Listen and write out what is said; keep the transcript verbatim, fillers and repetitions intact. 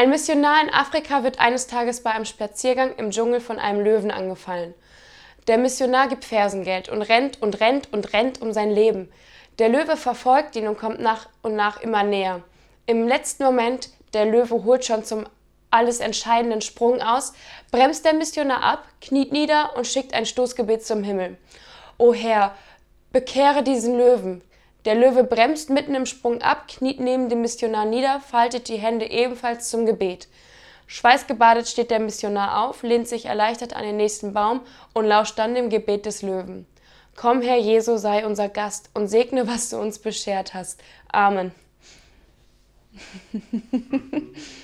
Ein Missionar in Afrika wird eines Tages bei einem Spaziergang im Dschungel von einem Löwen angefallen. Der Missionar gibt Fersengeld und rennt und rennt und rennt um sein Leben. Der Löwe verfolgt ihn und kommt nach und nach immer näher. Im letzten Moment, der Löwe holt schon zum alles entscheidenden Sprung aus, bremst der Missionar ab, kniet nieder und schickt ein Stoßgebet zum Himmel. O Herr, bekehre diesen Löwen. Der Löwe bremst mitten im Sprung ab, kniet neben dem Missionar nieder, faltet die Hände ebenfalls zum Gebet. Schweißgebadet steht der Missionar auf, lehnt sich erleichtert an den nächsten Baum und lauscht dann dem Gebet des Löwen. Komm, Herr Jesu, sei unser Gast und segne, was du uns beschert hast. Amen.